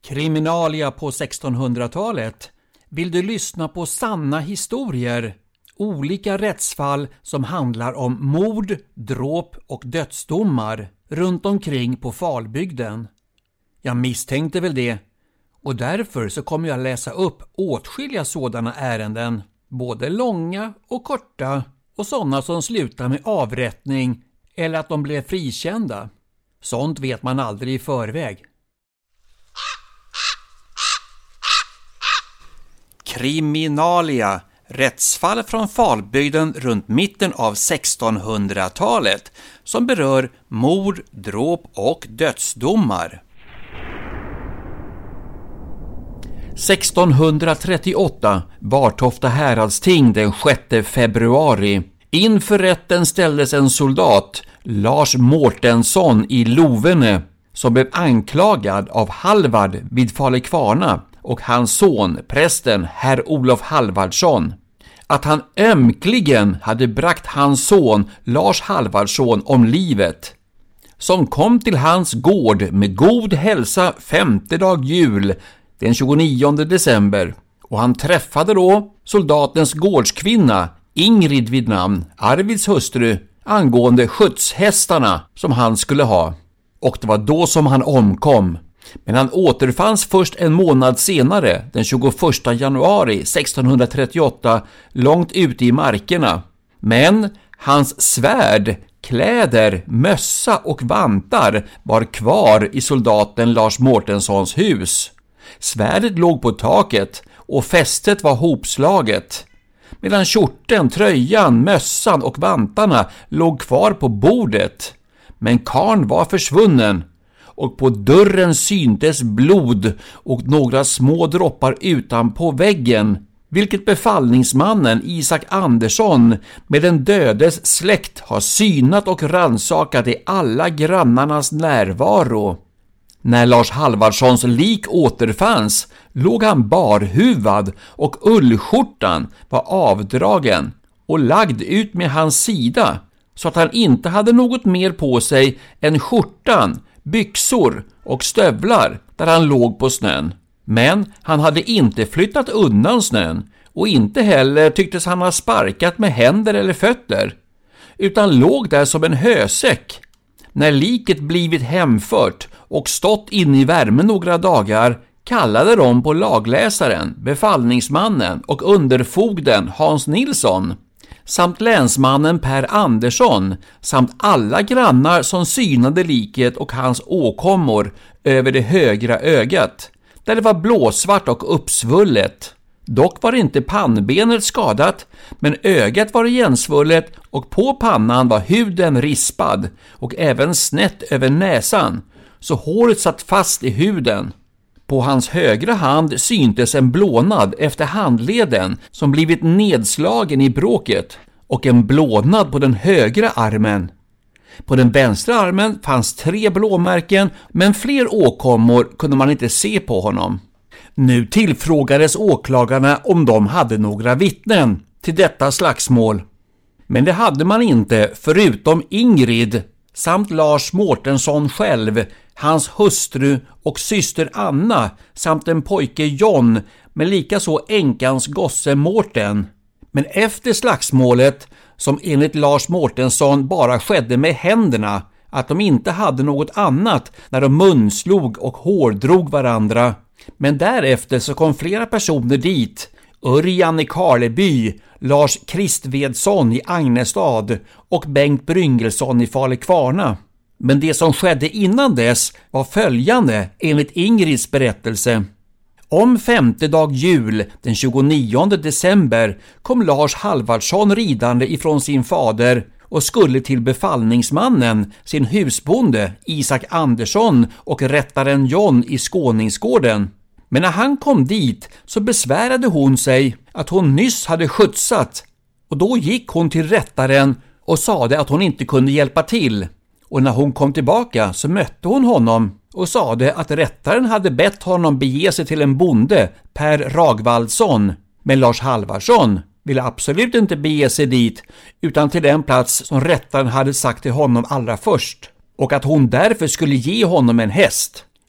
Kriminalia på 1600-talet. Vill du lyssna på sanna historier? Olika rättsfall som handlar om mord, dråp och dödsdomar runt omkring på Falbygden. Jag misstänkte väl det, och därför så kommer jag läsa upp åtskilliga sådana ärenden, både långa och korta, och sådana som slutar med avrättning eller att de blev frikända. Sånt vet man aldrig i förväg. Kriminalia, rättsfall från Falbygden runt mitten av 1600-talet som berör mord, dråp och dödsdomar. 1638, Bartofta häradsting den 6 februari. Inför rätten ställdes en soldat, Lars Mårtensson i Lovene, som blev anklagad av Halvard vid Falekvarna och hans son, prästen herr Olof Halvardsson, att han ömkligen hade bragt hans son Lars Halvardsson om livet, som kom till hans gård med god hälsa 5:e dag jul den 29 december, och han träffade då soldatens gårdskvinna Ingrid vid namn, Arvids hustru, angående skyddshästarna som han skulle ha, och det var då som han omkom. Men han återfanns först en månad senare, den 21 januari 1638, långt ute i markerna. Men hans svärd, kläder, mössa och vantar var kvar i soldaten Lars Mårtenssons hus. Svärdet låg på taket och fästet var hopslaget, medan kjorten, tröjan, mössan och vantarna låg kvar på bordet. Men karln var försvunnen, och på dörren syntes blod och några små droppar utanpå väggen, vilket befallningsmannen Isak Andersson med den dödes släkt har synat och rannsakat i alla grannarnas närvaro. När Lars Halvardssons lik återfanns låg han barhuvad och ullskjortan var avdragen och lagd ut med hans sida, så att han inte hade något mer på sig än skjortan, byxor och stövlar där han låg på snön. Men han hade inte flyttat undan snön, och inte heller tycktes han ha sparkat med händer eller fötter, utan låg där som en hösäck. När liket blivit hemfört och stått inne i värmen några dagar, kallade de på lagläsaren, befallningsmannen och underfogden Hans Nilsson samt länsmannen Per Andersson samt alla grannar som synade liket och hans åkommor över det högra ögat, där det var blåsvart och uppsvullet. Dock var inte pannbenet skadat, men ögat var igensvullet och på pannan var huden rispad och även snett över näsan, så håret satt fast i huden. På hans högra hand syntes en blånad efter handleden som blivit nedslagen i bråket, och en blånad på den högra armen. På den vänstra armen fanns 3 blåmärken, men fler åkommor kunde man inte se på honom. Nu tillfrågades åklagarna om de hade några vittnen till detta slagsmål. Men det hade man inte, förutom Ingrid samt Lars Mårtensson själv, hans hustru och syster Anna samt en pojke John, men likaså änkans gosse Mårten. Men efter slagsmålet, som enligt Lars Mårtensson bara skedde med händerna, att de inte hade något annat när de munslog och hårdrog varandra. Men därefter så kom flera personer dit: Örjan i Karleby, Lars Kristvedsson i Agnestad och Bengt Bryngelsson i Falekvarna. Men det som skedde innan dess var följande enligt Ingrids berättelse. Om 5:e dag jul den 29 december kom Lars Halvardsson ridande ifrån sin fader och skulle till befallningsmannen, sin husbonde Isak Andersson och rättaren John i Skåningsgården. Men när han kom dit så besvärade hon sig att hon nyss hade skjutsat, och då gick hon till rättaren och sade att hon inte kunde hjälpa till. Och när hon kom tillbaka så mötte hon honom och sade att rättaren hade bett honom bege sig till en bonde, Per Ragvaldsson. Men Lars Halvardsson ville absolut inte bege sig dit, utan till den plats som rättaren hade sagt till honom allra först, och att hon därför skulle ge honom en häst.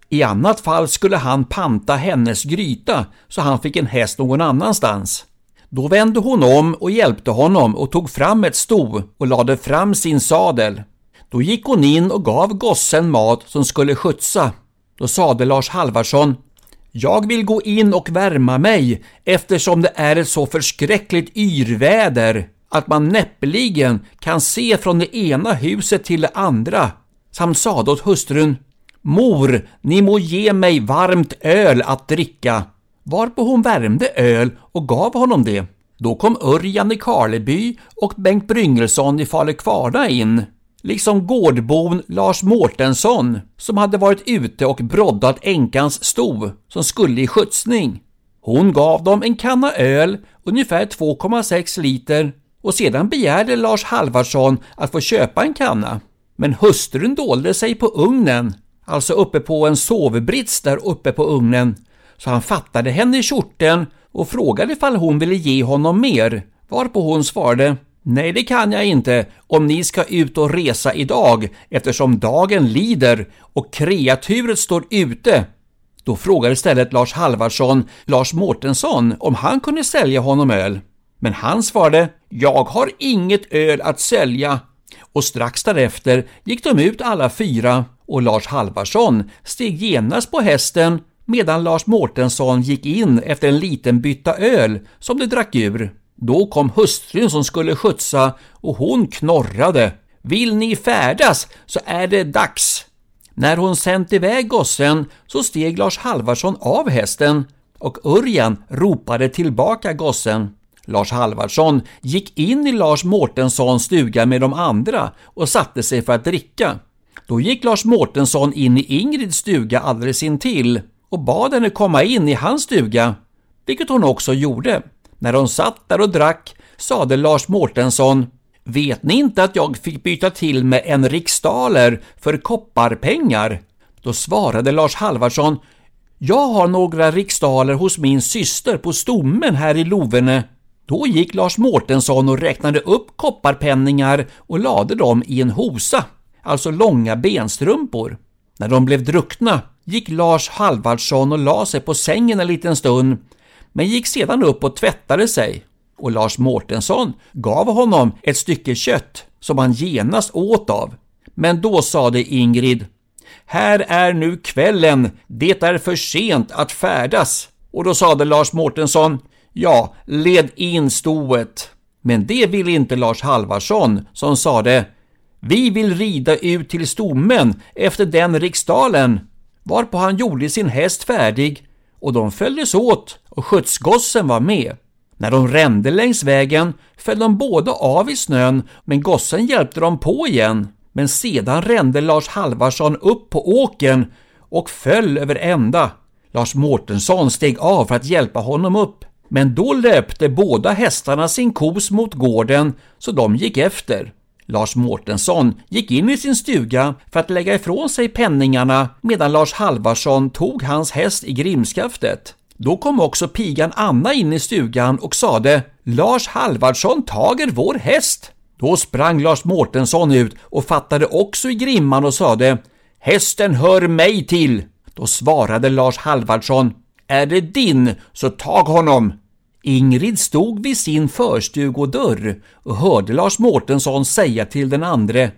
I annat fall skulle han panta hennes gryta så han fick en häst någon annanstans. Då vände hon om och hjälpte honom och tog fram ett sto och lade fram sin sadel. Då gick hon in och gav gossen mat som skulle skjutsa. Då sade Lars Halvarsson: jag vill gå in och värma mig eftersom det är ett så förskräckligt yrväder att man näppeligen kan se från det ena huset till det andra. Samt sade åt hustrun: mor, ni må ge mig varmt öl att dricka. Varpå hon värmde öl och gav honom det. Då kom Örjan i Karleby och Bengt Bryngelsson i Falekvarna in, liksom gårdbon Lars Mårtensson som hade varit ute och broddat änkans sto som skulle i skjutsning. Hon gav dem en kanna öl, ungefär 2,6 liter, och sedan begärde Lars Halvarsson att få köpa en kanna. Men hustrun dolde sig på ugnen, alltså uppe på en sovbrits där uppe på ugnen, så han fattade henne i kjorten och frågade ifall hon ville ge honom mer, varpå hon svarade: nej, det kan jag inte om ni ska ut och resa idag eftersom dagen lider och kreaturet står ute. Då frågade istället Lars Halvarsson Lars Mårtensson om han kunde sälja honom öl. Men han svarade: jag har inget öl att sälja. Och strax därefter gick de ut alla fyra och Lars Halvarsson steg genast på hästen medan Lars Mårtensson gick in efter en liten bytta öl som de drack ur. Då kom hustrun som skulle skjutsa och hon knorrade: vill ni färdas så är det dags. När hon sänt iväg gossen så steg Lars Halvarsson av hästen och Örjan ropade tillbaka gossen. Lars Halvarsson gick in i Lars Mårtenssons stuga med de andra och satte sig för att dricka. Då gick Lars Mårtensson in i Ingrids stuga alldeles intill och bad henne komma in i hans stuga, vilket hon också gjorde. När de satt där och drack sade Lars Mårtensson: vet ni inte att jag fick byta till med en riksdaler för kopparpengar? Då svarade Lars Halvarsson: jag har några riksdaler hos min syster på Stommen här i Lovene. Då gick Lars Mårtensson och räknade upp kopparpenningar och lade dem i en hosa, alltså långa benstrumpor. När de blev druckna gick Lars Halvarsson och la sig på sängen en liten stund, men gick sedan upp och tvättade sig. Och Lars Mårtensson gav honom ett stycke kött som han genast åt av. Men då sade Ingrid: här är nu kvällen, det är för sent att färdas. Och då sade Lars Mårtensson: ja, led in stoet. Men det ville inte Lars Halvarsson, som sade: vi vill rida ut till Stommen efter den riksdalen. Varpå han gjorde sin häst färdig och de följdes åt och skjutsgossen var med. När de rände längs vägen föll de båda av i snön, men gossen hjälpte dem på igen. Men sedan rände Lars Halvarsson upp på åkern och föll över ända. Lars Mårtensson steg av för att hjälpa honom upp, men då löpte båda hästarna sin kos mot gården så de gick efter. Lars Mårtensson gick in i sin stuga för att lägga ifrån sig penningarna medan Lars Halvarsson tog hans häst i grimskaftet. Då kom också pigan Anna in i stugan och sade: Lars Halvarsson tager vår häst. Då sprang Lars Mårtensson ut och fattade också i grimman och sade: hästen hör mig till. Då svarade Lars Halvarsson: är det din så tag honom. Ingrid stod vid sin förstugodörr och hörde Lars Mårtensson säga till den andre: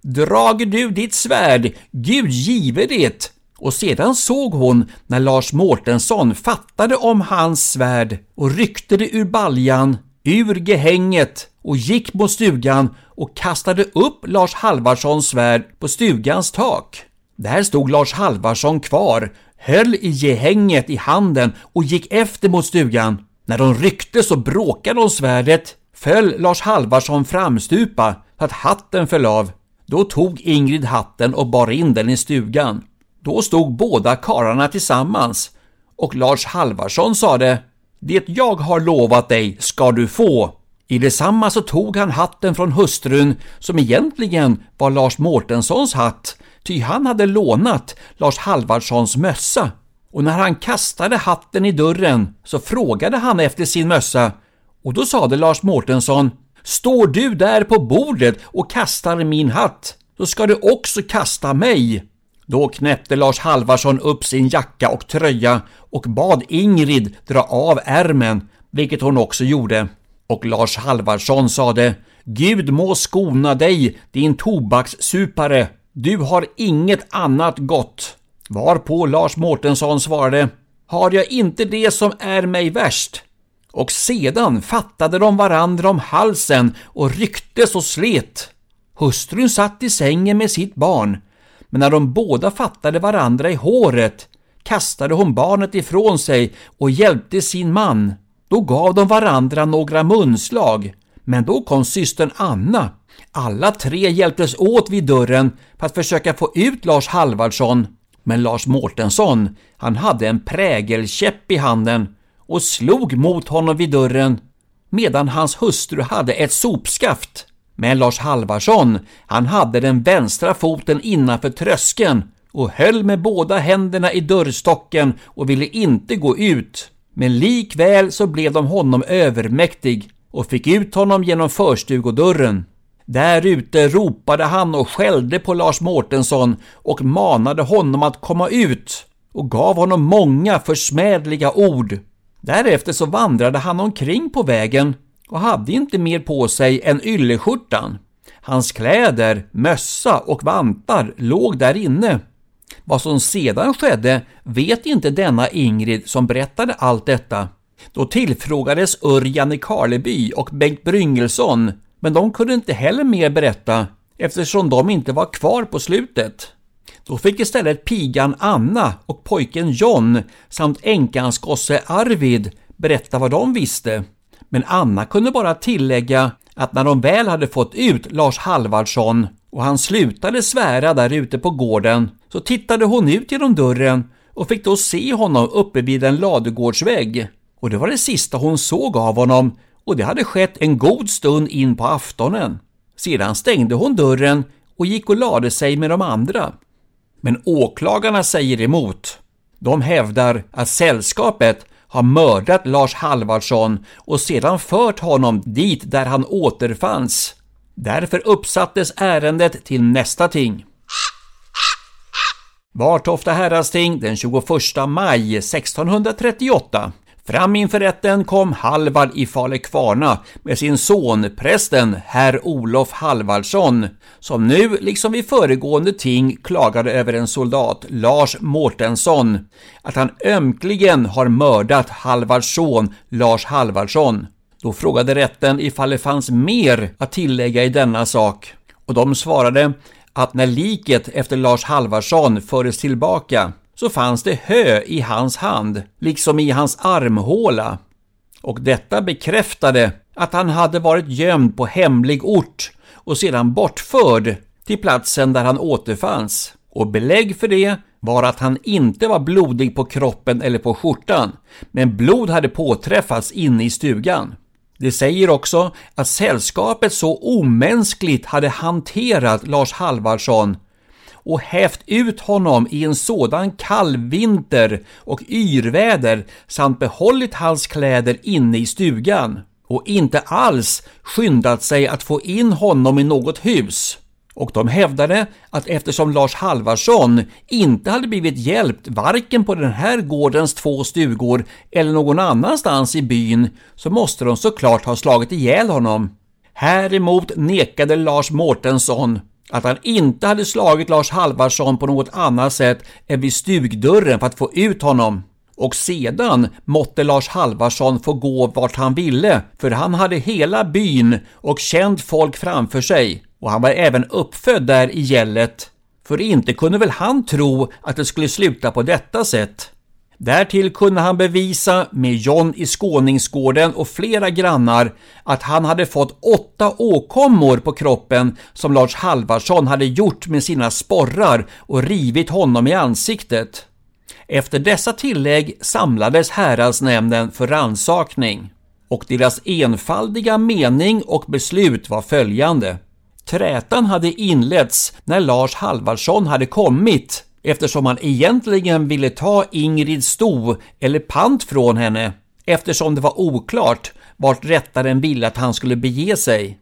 drag du ditt svärd, Gud give det. Och sedan såg hon när Lars Mårtensson fattade om hans svärd och ryckte det ur baljan, ur gehänget och gick mot stugan och kastade upp Lars Halvarssons svärd på stugans tak. Där stod Lars Halvarsson kvar, höll i gehänget i handen och gick efter mot stugan. När de ryckte så bråkade de svärdet, föll Lars Halvarsson framstupa så att hatten föll av. Då tog Ingrid hatten och bar in den i stugan. Då stod båda karlarna tillsammans och Lars Halvarsson sade: det jag har lovat dig ska du få. I detsamma så tog han hatten från hustrun som egentligen var Lars Mårtenssons hatt, ty han hade lånat Lars Halvarssons mössa. Och när han kastade hatten i dörren så frågade han efter sin mössa och då sade Lars Mårtensson: står du där på bordet och kastar min hatt, så ska du också kasta mig. Då knäppte Lars Halvarsson upp sin jacka och tröja och bad Ingrid dra av ärmen, vilket hon också gjorde. Och Lars Halvarsson sade: Gud må skona dig, din tobakssupare. Du har inget annat gott. Varpå Lars Mårtensson svarade: Har jag inte det som är mig värst? Och sedan fattade de varandra om halsen och rycktes och slet. Hustrun satt i sängen med sitt barn, men när de båda fattade varandra i håret kastade hon barnet ifrån sig och hjälpte sin man. Då gav de varandra några munslag, men då kom systern Anna. Alla tre hjälptes åt vid dörren för att försöka få ut Lars Halvarsson, men Lars Mårtensson, han hade en prägelkäpp i handen och slog mot honom vid dörren, medan hans hustru hade ett sopskaft. Men Lars Halvarsson, han hade den vänstra foten innanför tröskeln och höll med båda händerna i dörrstocken och ville inte gå ut. Men likväl så blev de honom övermäktig och fick ut honom genom förstugodörren. Där ute ropade han och skällde på Lars Mårtensson och manade honom att komma ut och gav honom många försmädliga ord. Därefter så vandrade han omkring på vägen och hade inte mer på sig än ylleskjortan. Hans kläder, mössa och vantar låg där inne. Vad som sedan skedde vet inte denna Ingrid som berättade allt detta. Då tillfrågades Örjan i Karleby och Bengt Bryngelsson, men de kunde inte heller mer berätta eftersom de inte var kvar på slutet. Då fick istället pigan Anna och pojken John samt änkans gosse Arvid berätta vad de visste. Men Anna kunde bara tillägga att när de väl hade fått ut Lars Halvarsson och han slutade svära där ute på gården, så tittade hon ut genom dörren och fick då se honom uppe vid en ladugårdsvägg. Och det var det sista hon såg av honom, och det hade skett en god stund in på aftonen. Sedan stängde hon dörren och gick och lade sig med de andra. Men åklagarna säger emot. De hävdar att sällskapet har mördat Lars Halvarsson och sedan fört honom dit där han återfanns. Därför uppsattes ärendet till nästa ting. Vartofta häradsting den 21 maj 1638. Fram inför rätten kom Halvard i Falekvarna med sin son, prästen herr Olof Halvarsson, som nu liksom vid föregående ting klagade över en soldat, Lars Mårtensson, att han ömkligen har mördat Halvards son, Lars Halvarsson. Då frågade rätten ifall det fanns mer att tillägga i denna sak, och de svarade att när liket efter Lars Halvarsson fördes tillbaka så fanns det hö i hans hand, liksom i hans armhåla. Och detta bekräftade att han hade varit gömd på hemlig ort och sedan bortförd till platsen där han återfanns. Och belägg för det var att han inte var blodig på kroppen eller på skjortan, men blod hade påträffats inne i stugan. Det säger också att sällskapet så omänskligt hade hanterat Lars Halvarsson och hävt ut honom i en sådan kall vinter och yrväder samt behållit hans kläder inne i stugan och inte alls skyndat sig att få in honom i något hus. Och de hävdade att eftersom Lars Halvarsson inte hade blivit hjälpt varken på den här gårdens 2 stugor eller någon annanstans i byn, så måste de såklart ha slagit ihjäl honom. Häremot nekade Lars Mårtensson att han inte hade slagit Lars Halvarsson på något annat sätt än vid stugdörren för att få ut honom. Och sedan måtte Lars Halvarsson få gå vart han ville, för han hade hela byn och känt folk framför sig. Och han var även uppfödd där i gället, för inte kunde väl han tro att det skulle sluta på detta sätt. Därtill kunde han bevisa med John i Skåningsgården och flera grannar att han hade fått 8 åkommor på kroppen som Lars Halvarsson hade gjort med sina sporrar och rivit honom i ansiktet. Efter dessa tillägg samlades häradsnämnden för rannsakning, och deras enfaldiga mening och beslut var följande. Trätan hade inletts när Lars Halvarsson hade kommit, eftersom han egentligen ville ta Ingrids sto eller pant från henne, eftersom det var oklart vart rättaren ville att han skulle bege sig.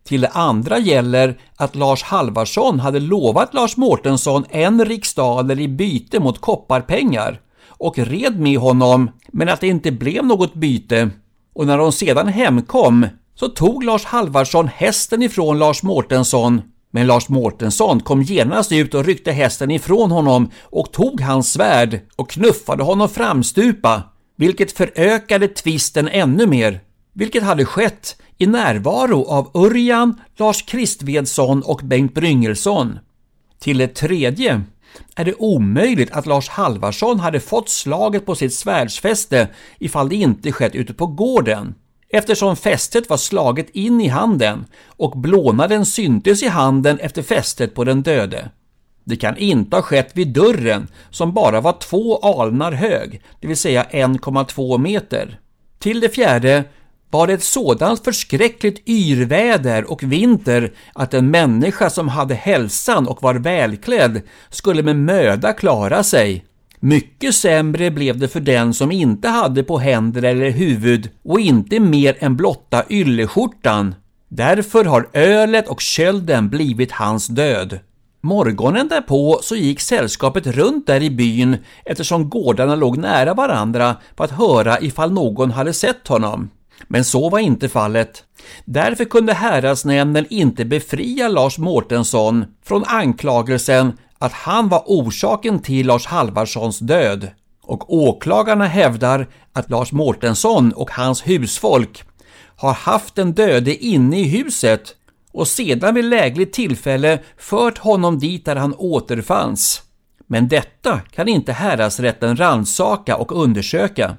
Till det andra gäller att Lars Halvarsson hade lovat Lars Mårtensson en riksdaler i byte mot kopparpengar och red med honom, men att det inte blev något byte. Och när de sedan hemkom så tog Lars Halvarsson hästen ifrån Lars Mårtensson, men Lars Mårtensson kom genast ut och ryckte hästen ifrån honom och tog hans svärd och knuffade honom framstupa, vilket förökade tvisten ännu mer, vilket hade skett i närvaro av Örjan, Lars Kristvedsson och Bengt Bryngelsson. Till det tredje är det omöjligt att Lars Halvarsson hade fått slaget på sitt svärdsfäste ifall det inte skett ute på gården, eftersom fästet var slaget in i handen och blånaden syntes i handen efter fästet på den döde. Det kan inte ha skett vid dörren som bara var 2 alnar hög, det vill säga 1,2 meter. Till det fjärde var det ett sådant förskräckligt yrväder och vinter att en människa som hade hälsan och var välklädd skulle med möda klara sig. Mycket sämre blev det för den som inte hade på händer eller huvud och inte mer än blotta ylleskjortan. Därför har ölet och kölden blivit hans död. Morgonen därpå så gick sällskapet runt där i byn eftersom gårdarna låg nära varandra för att höra ifall någon hade sett honom. Men så var inte fallet. Därför kunde häradsnämnden inte befria Lars Mårtensson från anklagelsen att han var orsaken till Lars Halvarssons död. Och åklagarna hävdar att Lars Mårtensson och hans husfolk har haft den döde inne i huset och sedan vid lägligt tillfälle fört honom dit där han återfanns. Men detta kan inte häradsrätten rannsaka och undersöka.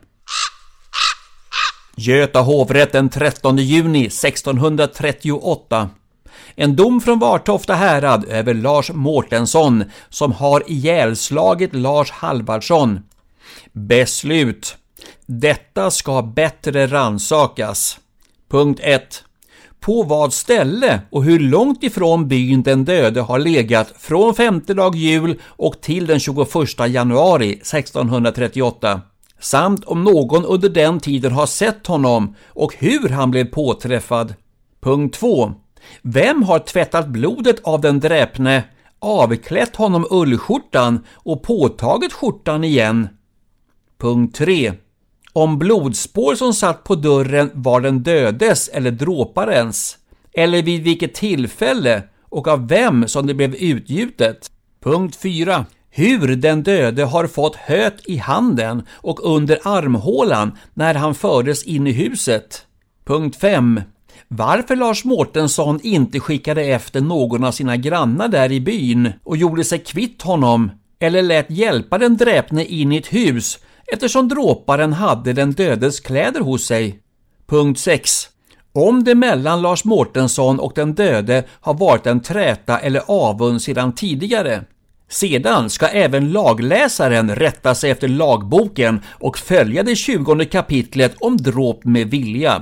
Göta hovrätt den 13 juni 1638. En dom från Vartofta härad över Lars Mårtensson som har ihjälslagit Lars Halvarsson. Beslut. Detta ska bättre rannsakas. Punkt 1. På vad ställe och hur långt ifrån byn den döde har legat från 5:e dag jul och till den 21 januari 1638. Samt om någon under den tiden har sett honom och hur han blev påträffad. Punkt 2. Vem har tvättat blodet av den dräpne, avklätt honom ullskjortan och påtagit skjortan igen? Punkt 3. Om blodspår som satt på dörren var den dödes eller dråparens, eller vid vilket tillfälle och av vem som det blev utgjutet. Punkt 4. Hur den döde har fått höet i handen och under armhålan när han fördes in i huset. Punkt 5. Varför Lars Mårtensson inte skickade efter någon av sina grannar där i byn och gjorde sig kvitt honom eller lät hjälpa den dräpne in i ett hus eftersom dråparen hade den dödes kläder hos sig. Punkt 6. Om det mellan Lars Mårtensson och den döde har varit en träta eller avund sedan tidigare. Sedan ska även lagläsaren rätta sig efter lagboken och följa det 20:e kapitlet om dråp med vilja.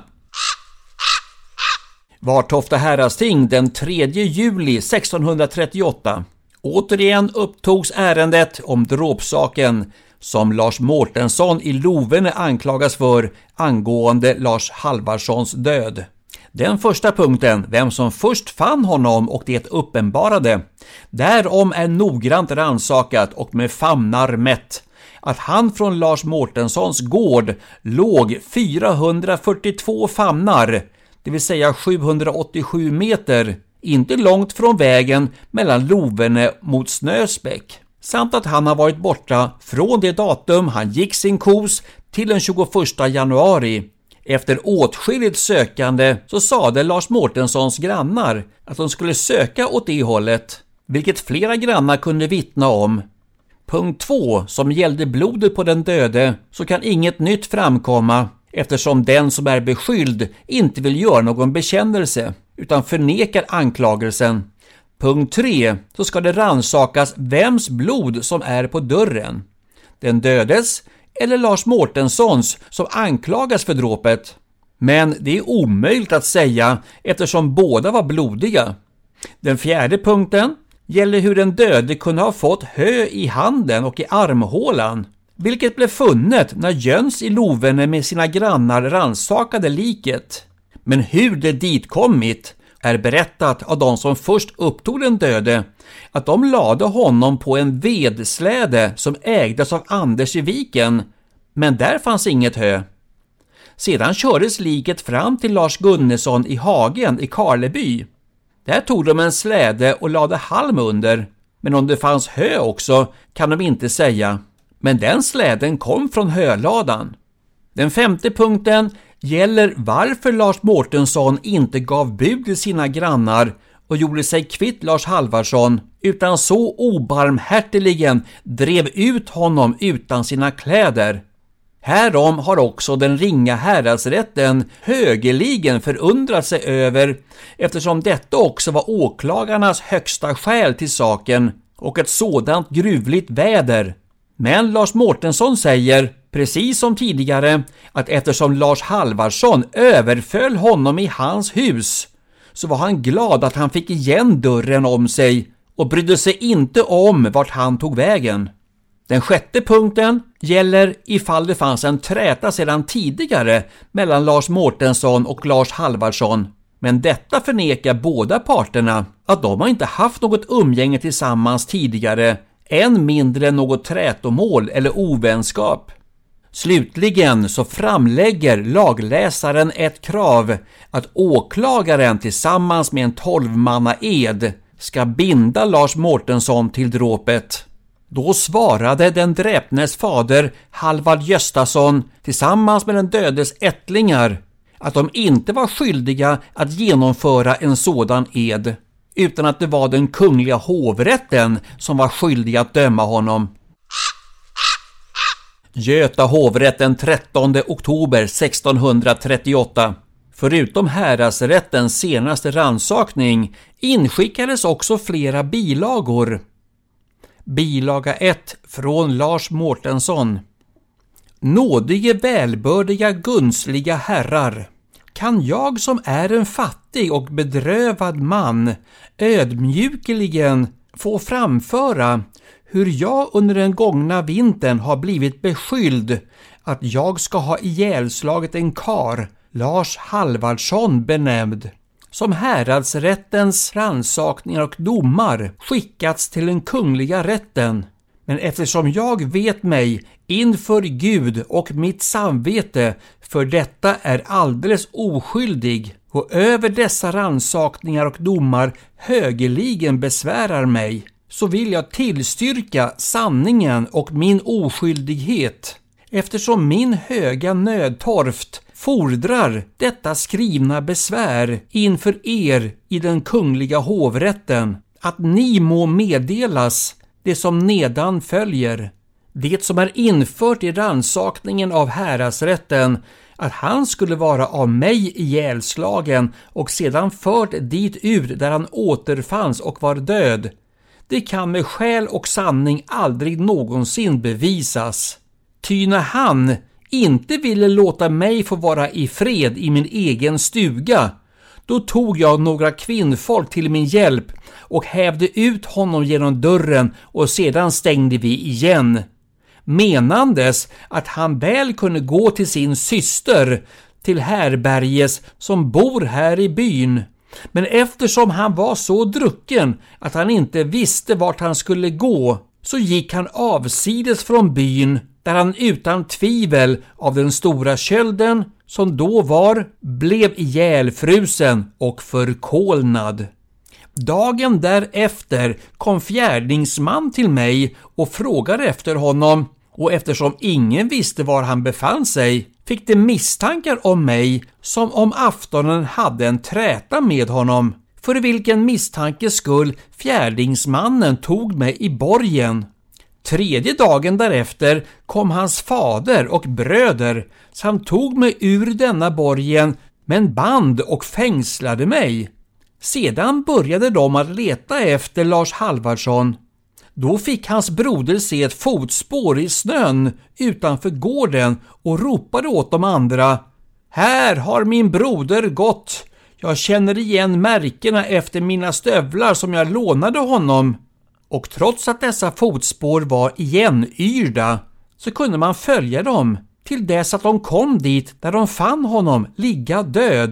Vartofta häradsting den 3 juli 1638. Återigen upptogs ärendet om dråpsaken som Lars Mårtensson i Lovene anklagas för angående Lars Halvarssons död. Den första punkten, vem som först fann honom och det uppenbarade, därom är noggrant rannsakat och med famnar mätt, att han från Lars Mårtenssons gård låg 442 famnar, det vill säga 787 meter, inte långt från vägen mellan Lovene mot Snösbäck, samt att han har varit borta från det datum han gick sin kos till den 21 januari. Efter åtskilligt sökande så sade Lars Mårtenssons grannar att de skulle söka åt det hållet, vilket flera grannar kunde vittna om. Punkt 2, som gällde blodet på den döde, så kan inget nytt framkomma eftersom den som är beskylld inte vill göra någon bekännelse utan förnekar anklagelsen. Punkt 3, så ska det rannsakas vems blod som är på dörren. Den dödes eller Lars Mårtenssons som anklagas för dråpet. Men det är omöjligt att säga eftersom båda var blodiga. Den fjärde punkten gäller hur den döde kunde ha fått hö i handen och i armhålan, vilket blev funnet när Jöns i Lovene med sina grannar rannsakade liket. Men hur det dit kommit är berättat av de som först upptog den döde att de lade honom på en vedsläde som ägdes av Anders i Viken, men där fanns inget hö. Sedan kördes liket fram till Lars Gunnesson i Hagen i Karleby. Där tog de en släde och lade halm under, men om det fanns hö också kan de inte säga. Men den släden kom från höladan. Den 5:e punkten gäller varför Lars Mårtensson inte gav bud till sina grannar och gjorde sig kvitt Lars Halvarsson, utan så obarmhärtigligen drev ut honom utan sina kläder. Härom har också den ringa häradsrätten högeligen förundrat sig över, eftersom detta också var åklagarnas högsta skäl till saken och ett sådant gruvligt väder. Men Lars Mårtensson säger, precis som tidigare, att eftersom Lars Halvarsson överföll honom i hans hus så var han glad att han fick igen dörren om sig och brydde sig inte om vart han tog vägen. Den 6:e punkten gäller ifall det fanns en träta sedan tidigare mellan Lars Mårtensson och Lars Halvarsson, men detta förnekar båda parterna att de har inte haft något umgänge tillsammans tidigare, än mindre något trätomål eller ovänskap. Slutligen så framlägger lagläsaren ett krav att åklagaren tillsammans med en 12-manna ed ska binda Lars Mårtensson till dråpet. Då svarade den dräpnes fader Halvard Göstason tillsammans med den dödes ättlingar att de inte var skyldiga att genomföra en sådan ed, utan att det var den kungliga hovrätten som var skyldig att döma honom. Göta hovrätt den 13 oktober 1638. Förutom häradsrättens senaste rannsakning inskickades också flera bilagor. Bilaga 1 från Lars Mårtensson. Nådige välbördiga gunstliga herrar, kan jag som är en fattig och bedrövad man ödmjukeligen få framföra hur jag under den gångna vintern har blivit beskylld att jag ska ha ihjälslagit en kar, Lars Halvarsson benämnd, som häradsrättens rannsakningar och domar skickats till den kungliga rätten. Men eftersom jag vet mig inför Gud och mitt samvete för detta är alldeles oskyldig och över dessa rannsakningar och domar högeligen besvärar mig, så vill jag tillstyrka sanningen och min oskyldighet, eftersom min höga nödtorft fordrar detta skrivna besvär inför er i den kungliga hovrätten, att ni må meddelas det som nedan följer, det som är infört i rannsakningen av häradsrätten, att han skulle vara av mig ihjälslagen och sedan fört dit ut där han återfanns och var död. Det kan med skäl och sanning aldrig någonsin bevisas. Ty när han inte ville låta mig få vara i fred i min egen stuga, då tog jag några kvinnfolk till min hjälp och hävde ut honom genom dörren och sedan stängde vi igen, menandes att han väl kunde gå till sin syster, till Härberges som bor här i byn. Men eftersom han var så drucken att han inte visste vart han skulle gå, så gick han avsides från byn, där han utan tvivel av den stora kölden som då var blev ihjälfrusen och förkolnad. Dagen därefter kom fjärdingsman till mig och frågade efter honom, och eftersom ingen visste var han befann sig fick det misstankar om mig, som om aftonen hade en träta med honom, för vilken misstankes skull fjärdingsmannen tog mig i borgen. 3:e dagen därefter kom hans fader och bröder samt tog mig ur denna borgen, men band och fängslade mig. Sedan började de att leta efter Lars Halvarsson. Då fick hans broder se ett fotspår i snön utanför gården och ropade åt de andra: "Här har min broder gått. Jag känner igen märkena efter mina stövlar som jag lånade honom." Och trots att dessa fotspår var igenyrda så kunde man följa dem till dess att de kom dit där de fann honom ligga död.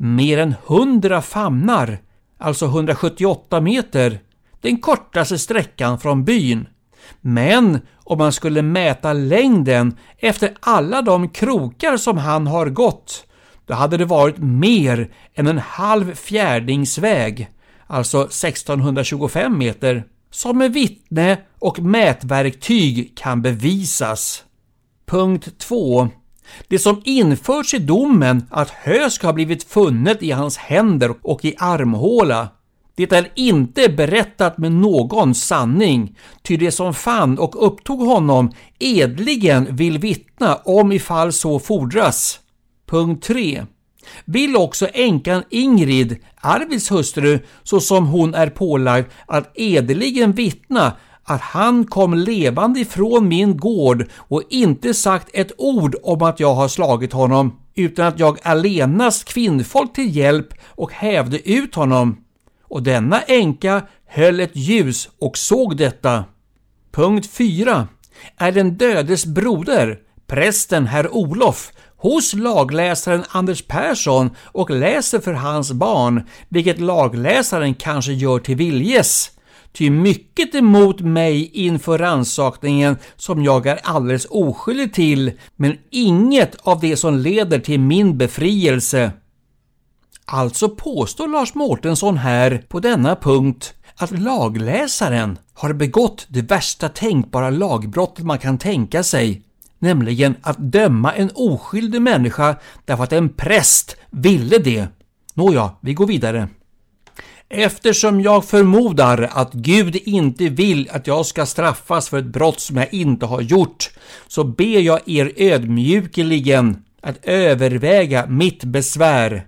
mer än 100 famnar, alltså 178 meter, den kortaste sträckan från byn. Men om man skulle mäta längden efter alla de krokar som han har gått, då hade det varit mer än en halv fjärdingsväg, alltså 1625 meter, som med vittne och mätverktyg kan bevisas. Punkt 2. Det som införts i domen att hö ska ha blivit funnet i hans händer och i armhåla, det är inte berättat med någon sanning, ty det som fann och upptog honom edligen vill vittna om ifall så fordras. Punkt 3. Vill också änkan Ingrid, Arvids hustru, så som hon är pålagd, att edligen vittna att han kom levande ifrån min gård och inte sagt ett ord om att jag har slagit honom, utan att jag allenast kvinnfolk till hjälp och hävde ut honom. Och denna änka höll ett ljus och såg detta. Punkt 4. Är den dödes broder, prästen herr Olof, hos lagläsaren Anders Persson och läser för hans barn, vilket lagläsaren kanske gör till viljes. Ty mycket emot mig inför rannsakningen som jag är alldeles oskyldig till, men inget av det som leder till min befrielse. Alltså påstår Lars Mårtensson här på denna punkt att lagläsaren har begått det värsta tänkbara lagbrottet man kan tänka sig, nämligen att döma en oskyldig människa därför att en präst ville det. Nåja, vi går vidare. Eftersom jag förmodar att Gud inte vill att jag ska straffas för ett brott som jag inte har gjort, så ber jag er ödmjukeligen att överväga mitt besvär.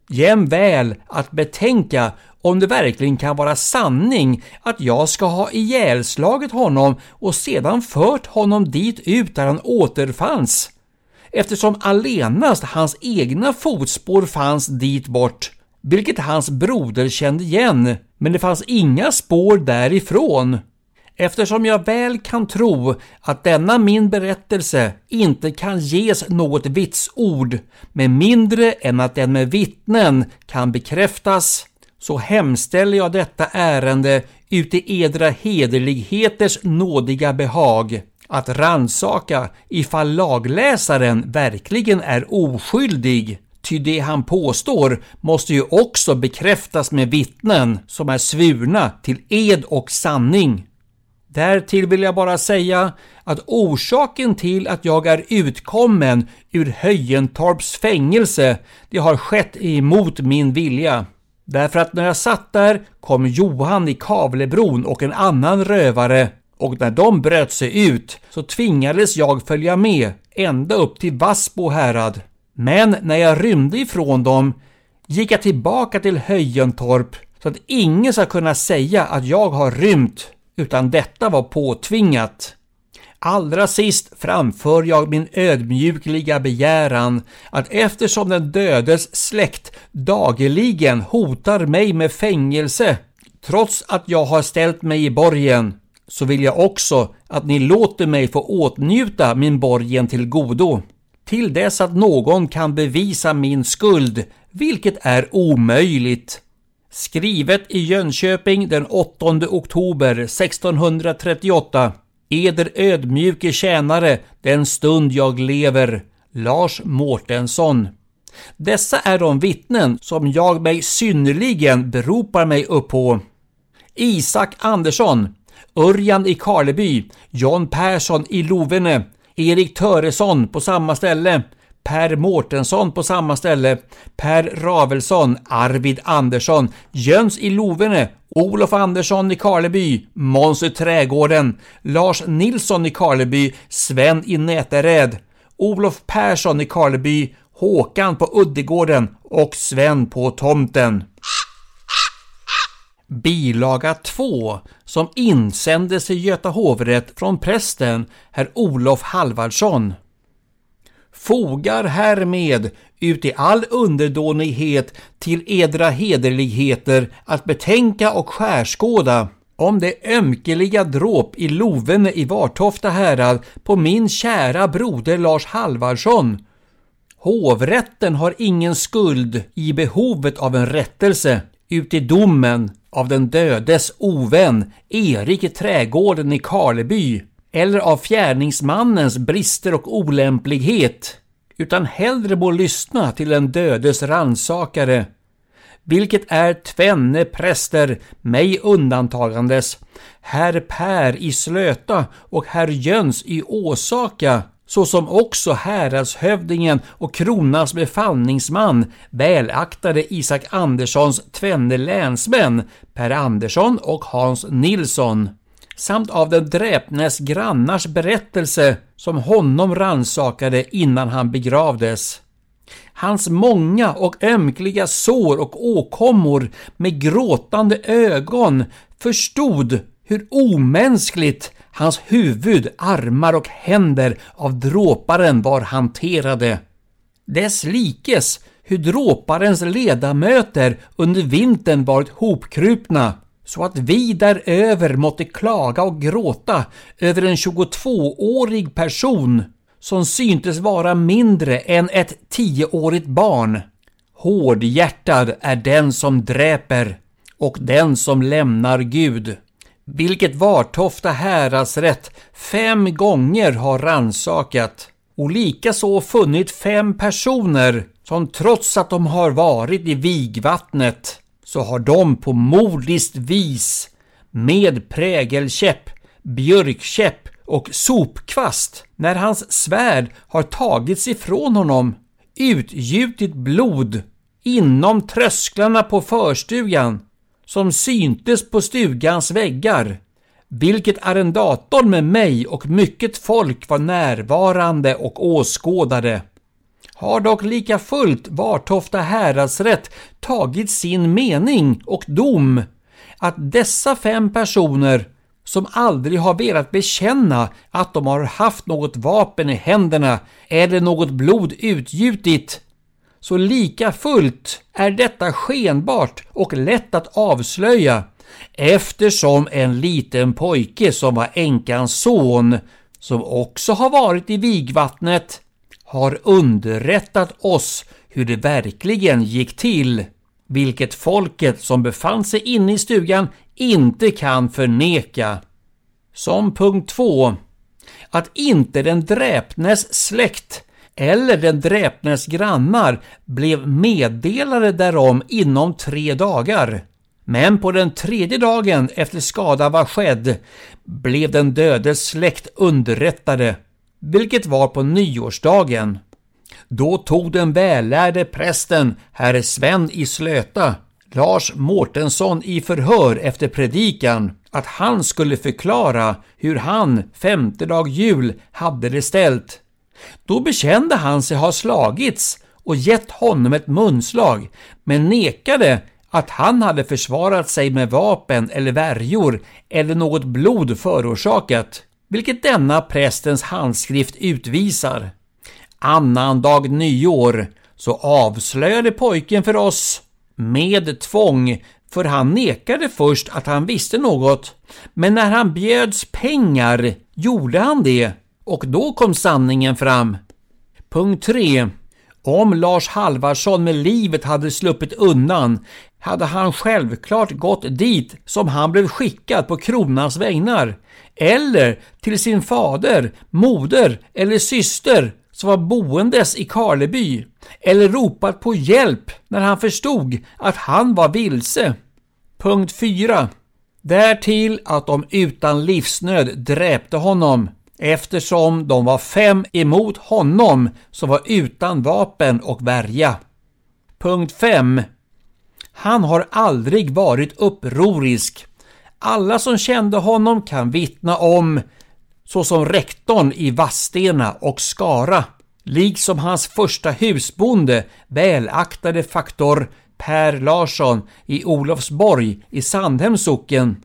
Jämväl att betänka om det verkligen kan vara sanning att jag ska ha ihjälslagit honom och sedan fört honom dit ut där han återfanns, eftersom allenast hans egna fotspår fanns dit bort, vilket hans broder kände igen, men det fanns inga spår därifrån. Eftersom jag väl kan tro att denna min berättelse inte kan ges något vitsord med mindre än att den med vittnen kan bekräftas, så hemställer jag detta ärende uti edra hederligheters nådiga behag att rannsaka ifall lagläsaren verkligen är oskyldig. Ty det han påstår måste ju också bekräftas med vittnen som är svurna till ed och sanning. Därtill vill jag bara säga att orsaken till att jag är utkommen ur Höjentorps fängelse, det har skett emot min vilja. Därför att när jag satt där kom Johan i Kavlebron och en annan rövare, och när de bröt sig ut så tvingades jag följa med ända upp till Vassbo härad. Men när jag rymde ifrån dem gick jag tillbaka till Höjentorp så att ingen ska kunna säga att jag har rymt, utan detta var påtvingat. Allra sist framför jag min ödmjukliga begäran att eftersom den dödes släkt dagligen hotar mig med fängelse, trots att jag har ställt mig i borgen, så vill jag också att ni låter mig få åtnjuta min borgen till godo, till dess att någon kan bevisa min skuld, vilket är omöjligt. Skrivet i Jönköping den 8 oktober 1638. Eder ödmjuke tjänare den stund jag lever, Lars Mårtensson. Dessa är de vittnen som jag mig synnerligen beropar mig upp på. Isak Andersson, Örjan i Karleby, John Persson i Lovene, Erik Töresson på samma ställe, Per Mårtensson på samma ställe, Per Ravelsson, Arvid Andersson, Jöns i Lovene, Olof Andersson i Karleby, Måns i Trädgården, Lars Nilsson i Karleby, Sven i Näteräd, Olof Persson i Karleby, Håkan på Uddegården och Sven på Tomten. Bilaga 2 som insändes i Göta hovrätt från prästen herr Olof Halvardsson. Fogar härmed ut i all underdånighet till edra hederligheter att betänka och skärskåda om det ömkeliga dråp i Lovene i Vartofta härad på min kära broder Lars Halvardsson, Hovrätten har ingen skuld i behovet av en rättelse uti domen av den dödes ovän Erik i trädgården i Karleby eller av fjärningsmannens brister och olämplighet, utan hellre må lyssna till den dödes rannsakare, vilket är tvenne präster, mig undantagandes, herr Per i Slöta och herr Jöns i Åsaka, såsom också häradshövdingen och kronans befallningsman, välaktade Isak Anderssons tvenne länsmän, Per Andersson och Hans Nilsson, samt av den dräpnes grannars berättelse som honom rannsakade innan han begravdes. Hans många och ömkliga sår och åkommor med gråtande ögon förstod hur omänskligt hans huvud, armar och händer av dråparen var hanterade. Dess likes hur dråparens ledamöter under vintern varit hopkrupna, så att vi däröver måtte klaga och gråta över en 22-årig person som syntes vara mindre än ett 10-årigt barn. Hårdhjärtad är den som dräper och den som lämnar Gud, vilket Vartofta häradsrätt 5 gånger har rannsakat, och likaså funnit 5 personer som trots att de har varit i vigvattnet, så har de på mordiskt vis med prägelkäpp, björkkäpp och sopkvast, när hans svärd har tagits ifrån honom, utgjutit blod inom trösklarna på förstugan som syntes på stugans väggar, vilket arrendatorn med mig och mycket folk var närvarande och åskådade. Har dock lika fullt Vartofta häradsrätt tagit sin mening och dom att dessa 5 personer som aldrig har velat bekänna att de har haft något vapen i händerna eller något blod utgjutit, så lika fullt är detta skenbart och lätt att avslöja, eftersom en liten pojke som var änkans son, som också har varit i vigvattnet, har underrättat oss hur det verkligen gick till, vilket folket som befann sig inne i stugan inte kan förneka. Som punkt 2. Att inte den dräpnes släkt eller den dräpnes grannar blev meddelade därom inom 3 dagar. Men på den 3:e dagen efter skadan var skedd blev den dödes släkt underrättade, vilket var på nyårsdagen. Då tog den vällärde prästen herr Sven i Slöta Lars Mårtensson i förhör efter predikan att han skulle förklara hur han 5:e dag jul hade det ställt. Då bekände han sig ha slagits och gett honom ett munslag, men nekade att han hade försvarat sig med vapen eller värjor eller något blod förorsakat, vilket denna prästens handskrift utvisar. Annandag nyår så avslöjade pojken för oss med tvång, för han nekade först att han visste något, men när han bjöds pengar gjorde han det, och då kom sanningen fram. Punkt 3. Om Lars Halvarsson med livet hade sluppit undan, hade han självklart gått dit som han blev skickad på kronans vägnar, eller till sin fader, moder eller syster som var boendes i Karleby, eller ropat på hjälp när han förstod att han var vilse. Punkt 4. Därtill att de utan livsnöd dräpte honom, eftersom de var 5 emot honom som var utan vapen och värja. Punkt 5. Han har aldrig varit upprorisk. Alla som kände honom kan vittna om, såsom rektorn i Vadstena och Skara, liksom hans första husbonde, välaktade faktor Per Larsson i Olofsborg i Sandhems socken.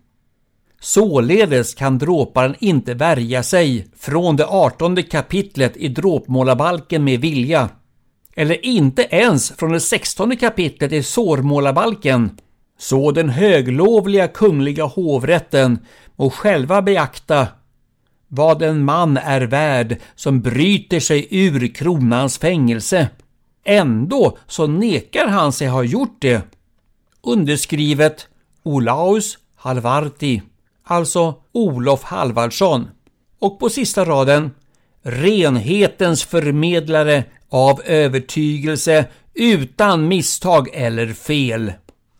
Således kan dråparen inte värja sig från det 18:e kapitlet i dråpmålabalken med vilja, eller inte ens från det 16:e kapitlet i sårmålabalken. Så den höglovliga kungliga hovrätten må själva beakta vad en man är värd som bryter sig ur kronans fängelse. Ändå så nekar han sig ha gjort det. Underskrivet Olaus Halvarti, alltså Olof Halvardsson. Och på sista raden, renhetens förmedlare av övertygelse utan misstag eller fel.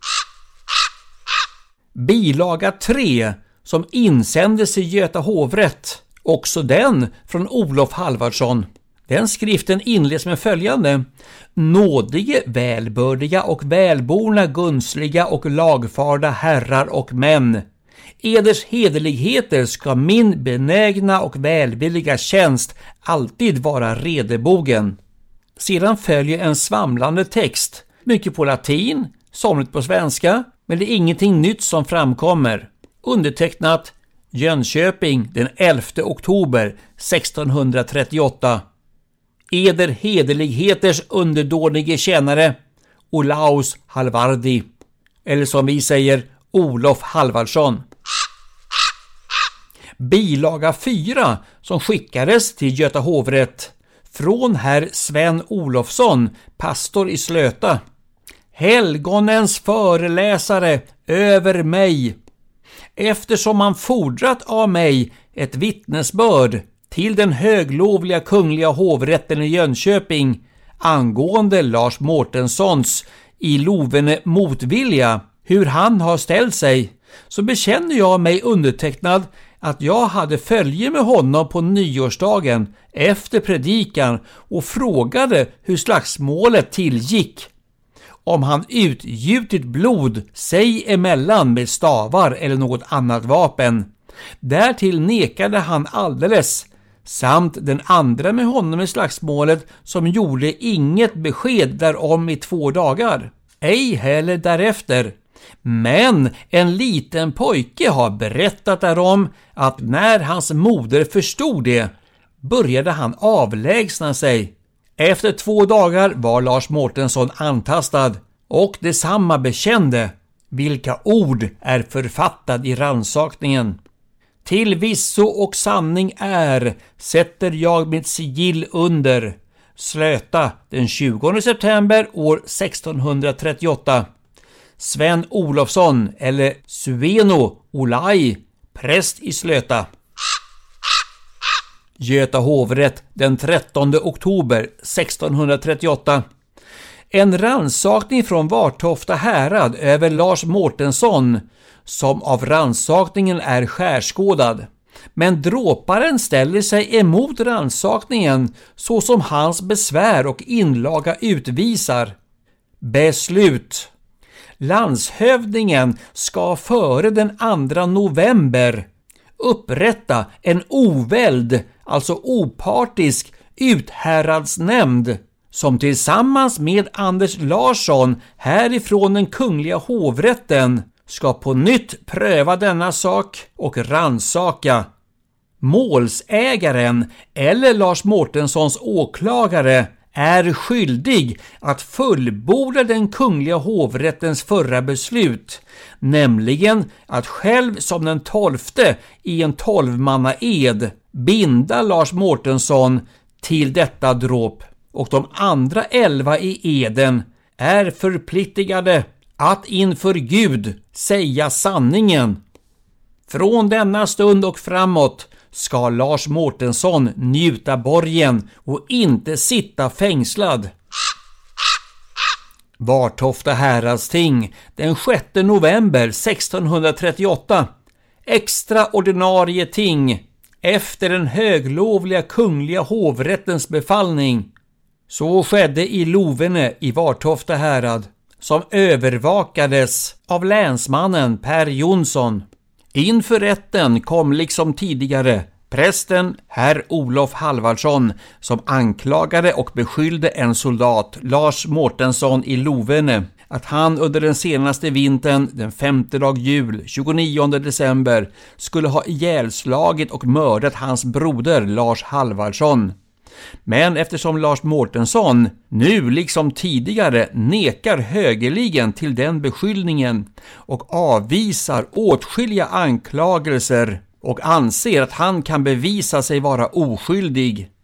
Bilaga 3 som insändes i Göta hovrätt, också den från Olof Halvardsson. Den skriften inleds med följande: nådige, välbördiga och välborna, gunstliga och lagfarda herrar och män. Eders hederligheter ska min benägna och välvilliga tjänst alltid vara redebogen. Sedan följer en svamlande text, mycket på latin, somligt på svenska, men det är ingenting nytt som framkommer. Undertecknat Jönköping den 11 oktober 1638. Eder hederligheters underdånige tjänare Olaus Halvardi, eller som vi säger Olof Halvardsson. Bilaga 4 som skickades till Göta hovrätt från herr Sven Olofsson, pastor i Slöta. Helgonens föreläsare över mig, eftersom man fordrat av mig ett vittnesbörd till den höglovliga kungliga hovrätten i Jönköping angående Lars Mårtenssons i Lovene motvilja, hur han har ställt sig, så bekänner jag mig undertecknad att jag hade följe med honom på nyårsdagen efter predikan och frågade hur slagsmålet tillgick, om han utgjutit blod sig emellan med stavar eller något annat vapen. Därtill nekade han alldeles, samt den andra med honom i slagsmålet som gjorde inget besked därom i 2 dagar, ej heller därefter. Men en liten pojke har berättat därom att när hans moder förstod det, började han avlägsna sig. Efter 2 dagar var Lars Mårtensson antastad, och detsamma bekände, vilka ord är författad i rannsakningen. Till visso och sanning är, sätter jag mitt sigill under. Slöta den 20 september år 1638. Sven Olofsson eller Sueno Olai, präst i Slöta. Göta hovrätt den 13 oktober 1638. En rannsakning från Vartofta härad över Lars Mårtensson, som av rannsakningen är skärskådad. Men dråparen ställer sig emot rannsakningen så som hans besvär och inlaga utvisar. Beslut. Landshövdingen ska före den 2 november upprätta en ovälld, alltså opartisk, uthäradsnämnd som tillsammans med Anders Larsson härifrån den kungliga hovrätten ska på nytt pröva denna sak och rannsaka. Målsägaren eller Lars Mårtenssons åklagare är skyldig att fullborda den kungliga hovrättens förra beslut, nämligen att själv som den 12:e i en 12-mannaed binda Lars Mårtensson till detta dråp, och de andra 11 i eden är förpliktigade att inför Gud säga sanningen. Från denna stund och framåt ska Lars Mårtensson njuta borgen och inte sitta fängslad. Vartofta häradsting den 6 november 1638. Extraordinarie ting efter den höglovliga kungliga hovrättens befallning. Så skedde i Lovene i Vartofta härad, som övervakades av länsmannen Per Jonsson. Inför rätten kom liksom tidigare prästen herr Olof Halvardsson som anklagade och beskyllde en soldat, Lars Mårtensson i Lovene, att han under den senaste vintern, den 5:e dag jul, 29 december, skulle ha ihjälslagit och mördat hans broder Lars Halvardsson. Men eftersom Lars Mårtensson nu liksom tidigare nekar högerligen till den beskyllningen och avvisar åtskilliga anklagelser och anser att han kan bevisa sig vara oskyldig,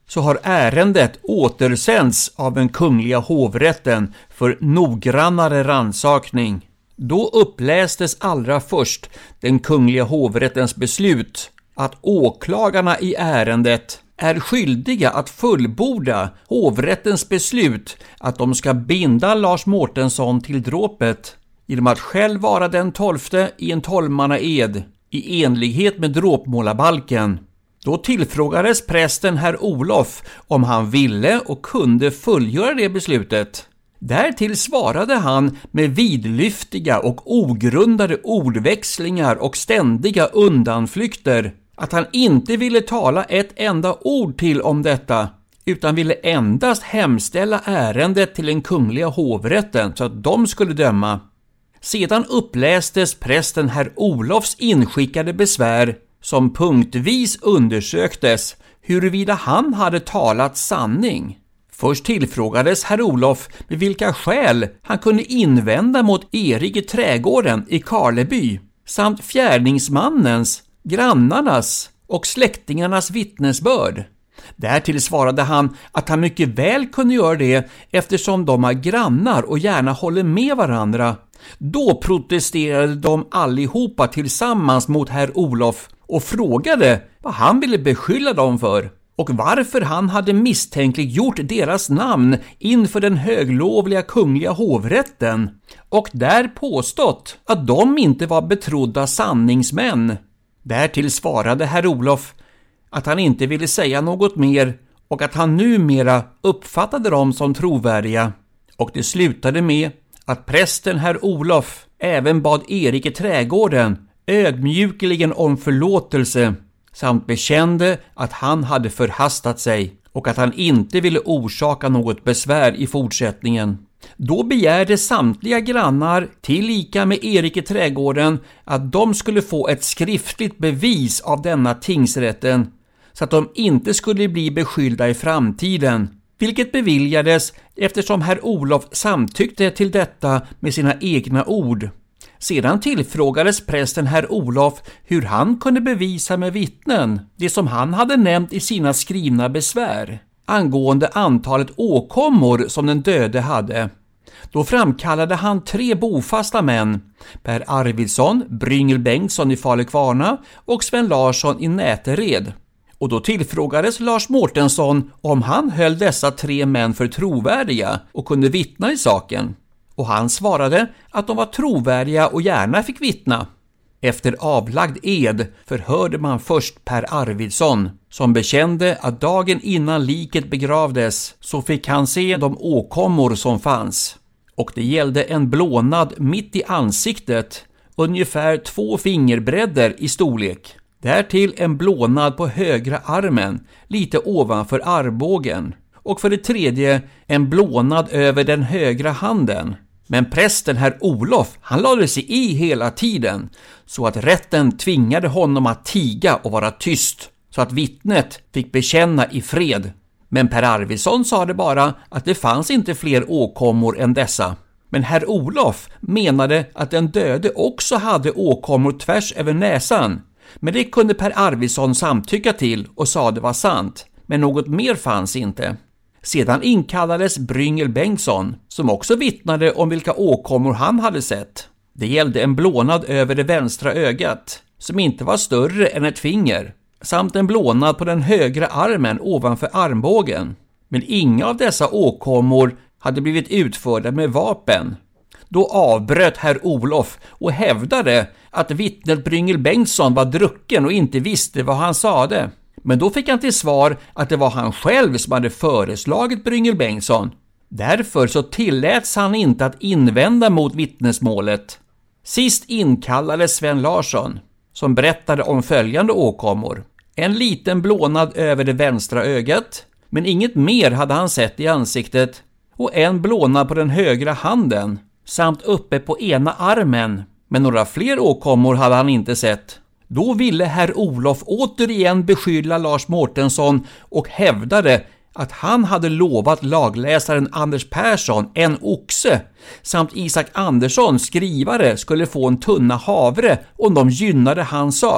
så har ärendet återsänds av den kungliga hovrätten för noggrannare rannsakning. Då upplästes allra först den kungliga hovrättens beslut att åklagarna i ärendet är skyldiga att fullborda hovrättens beslut att de ska binda Lars Mårtensson till dråpet genom att själv vara den 12:e i en 12-mannaed i enlighet med dråpmålarbalken. Då tillfrågades prästen herr Olof om han ville och kunde fullgöra det beslutet. Därtill svarade han med vidlyftiga och ogrundade ordväxlingar och ständiga undanflykter att han inte ville tala ett enda ord till om detta, utan ville endast hemställa ärendet till den kungliga hovrätten så att de skulle döma. Sedan upplästes prästen herr Olofs inskickade besvär som punktvis undersöktes huruvida han hade talat sanning. Först tillfrågades herr Olof med vilka skäl han kunde invända mot Erik i trädgården i Karleby samt fjärdingsmannens, grannarnas och släktingarnas vittnesbörd. Därtill svarade han att han mycket väl kunde göra det eftersom de är grannar och gärna håller med varandra. Då protesterade de allihopa tillsammans mot herr Olof och frågade vad han ville beskylla dem för och varför han hade misstänkliggjort deras namn inför den höglovliga kungliga hovrätten och där påstått att de inte var betrodda sanningsmän. Därtill svarade herr Olof att han inte ville säga något mer och att han numera uppfattade dem som trovärdiga. Och det slutade med att prästen herr Olof även bad Erik i trädgården ödmjukligen om förlåtelse samt bekände att han hade förhastat sig och att han inte ville orsaka något besvär i fortsättningen. Då begärde samtliga grannar tillika med Erik i trädgården att de skulle få ett skriftligt bevis av denna tingsrätten så att de inte skulle bli beskyllda i framtiden, vilket beviljades eftersom herr Olof samtyckte till detta med sina egna ord. Sedan tillfrågades prästen herr Olof hur han kunde bevisa med vittnen det som han hade nämnt i sina skrivna besvär angående antalet åkommor som den döde hade. Då framkallade han 3 bofasta män, Per Arvidsson, Bryngel Bengtsson i Falekvarna och Sven Larsson i Nätered. Och då tillfrågades Lars Mårtensson om han höll dessa 3 män för trovärdiga och kunde vittna i saken. Och han svarade att de var trovärdiga och gärna fick vittna. Efter avlagd ed förhörde man först Per Arvidsson, som bekände att dagen innan liket begravdes så fick han se de åkommor som fanns. Och det gällde en blånad mitt i ansiktet, ungefär 2 fingerbredder i storlek. Därtill en blånad på högra armen, lite ovanför armbågen. Och för det tredje en blånad över den högra handen. Men prästen herr Olof, han lade sig i hela tiden så att rätten tvingade honom att tiga och vara tyst så att vittnet fick bekänna i fred. Men Per Arvidsson sa det bara att det fanns inte fler åkommor än dessa. Men herr Olof menade att den döde också hade åkommor tvärs över näsan. Men det kunde Per Arvidsson samtycka till och sa det var sant. Men något mer fanns inte. Sedan inkallades Bryngel Bengtsson som också vittnade om vilka åkommor han hade sett. Det gällde en blånad över det vänstra ögat som inte var större än ett finger samt en blånad på den högra armen ovanför armbågen. Men inga av dessa åkommor hade blivit utförda med vapen. Då avbröt herr Olof och hävdade att vittnet Bryngel Bengtsson var drucken och inte visste vad han sade. Men då fick han till svar att det var han själv som hade föreslagit Bryngel Bengtsson. Därför så tilläts han inte att invända mot vittnesmålet. Sist inkallades Sven Larsson som berättade om följande åkommor. En liten blånad över det vänstra ögat, men inget mer hade han sett i ansiktet. Och en blånad på den högra handen samt uppe på ena armen. Men några fler åkommor hade han inte sett. Då ville herr Olof återigen beskylla Lars Mårtensson och hävdade att han hade lovat lagläsaren Anders Persson en oxe samt Isak Andersson, skrivare, skulle få en tunna havre om de gynnade hans sak.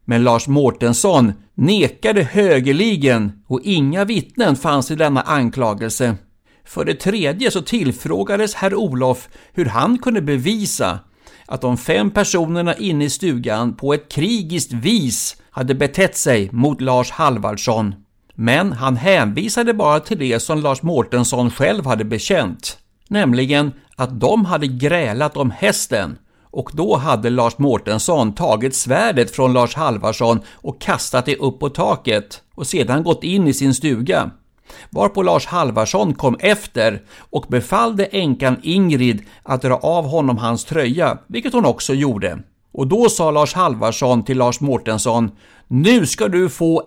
Men Lars Mårtensson nekade högerligen och inga vittnen fanns i denna anklagelse. För det tredje så tillfrågades herr Olof hur han kunde bevisa att de 5 personerna inne i stugan på ett krigiskt vis hade betett sig mot Lars Halvardsson. Men han hänvisade bara till det som Lars Mårtensson själv hade bekänt, nämligen att de hade grälat om hästen, och då hade Lars Mårtensson tagit svärdet från Lars Halvardsson och kastat det upp på taket och sedan gått in i sin stuga. Varpå Lars Halvardsson kom efter och befallde änkan Ingrid att dra av honom hans tröja, vilket hon också gjorde. Och då sa Lars Halvardsson till Lars Mårtensson: nu ska du få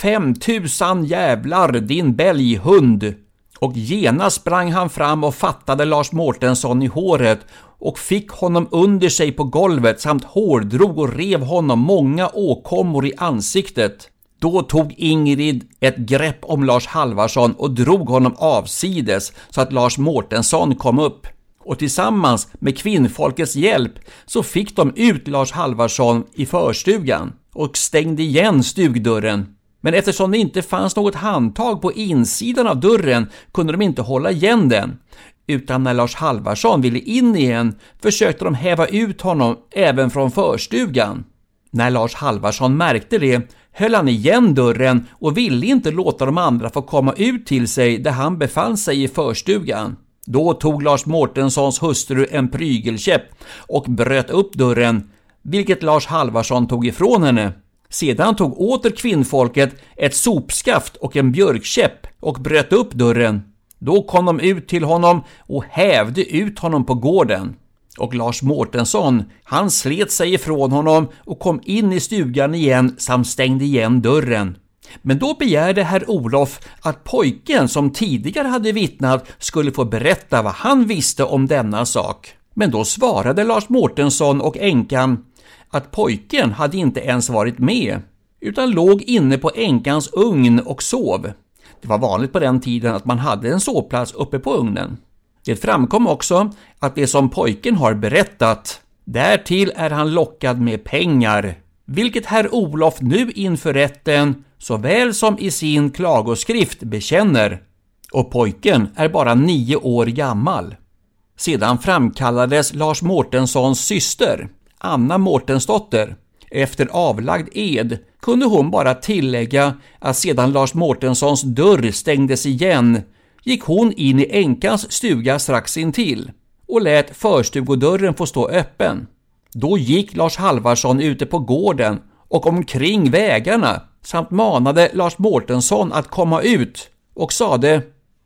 5000 jävlar, din bälghund. Och genast sprang han fram och fattade Lars Mårtensson i håret och fick honom under sig på golvet samt hårdrog och rev honom många åkommor i ansiktet. Då tog Ingrid ett grepp om Lars Halvardsson och drog honom avsides så att Lars Mårtensson kom upp. Och tillsammans med kvinnfolkets hjälp så fick de ut Lars Halvardsson i förstugan och stängde igen stugdörren. Men eftersom det inte fanns något handtag på insidan av dörren kunde de inte hålla igen den. Utan när Lars Halvardsson ville in igen försökte de häva ut honom även från förstugan. När Lars Halvardsson märkte det höll han igen dörren och ville inte låta de andra få komma ut till sig där han befann sig i förstugan. Då tog Lars Mårtenssons hustru en prygelkäpp och bröt upp dörren, vilket Lars Halvardsson tog ifrån henne. Sedan tog åter kvinnfolket ett sopskaft och en björkkäpp och bröt upp dörren. Då kom de ut till honom och hävde ut honom på gården. Och Lars Mårtensson, han slet sig ifrån honom och kom in i stugan igen samt stängde igen dörren. Men då begärde herr Olof att pojken som tidigare hade vittnat skulle få berätta vad han visste om denna sak. Men då svarade Lars Mårtensson och änkan att pojken hade inte ens varit med, utan låg inne på änkans ugn och sov. Det var vanligt på den tiden att man hade en sovplats uppe på ugnen. Det framkom också att det som pojken har berättat, därtill är han lockad med pengar, vilket herr Olof nu inför rätten såväl som i sin klagoskrift bekänner. Och pojken är bara 9 år gammal. Sedan framkallades Lars Mårtenssons syster, Anna Mårtensdotter. Efter avlagd ed kunde hon bara tillägga att sedan Lars Mårtenssons dörr stängdes igen gick hon in i änkans stuga strax intill och lät förstugodörren få stå öppen. Då gick Lars Halvardsson ute på gården och omkring vägarna samt manade Lars Mårtensson att komma ut och sade: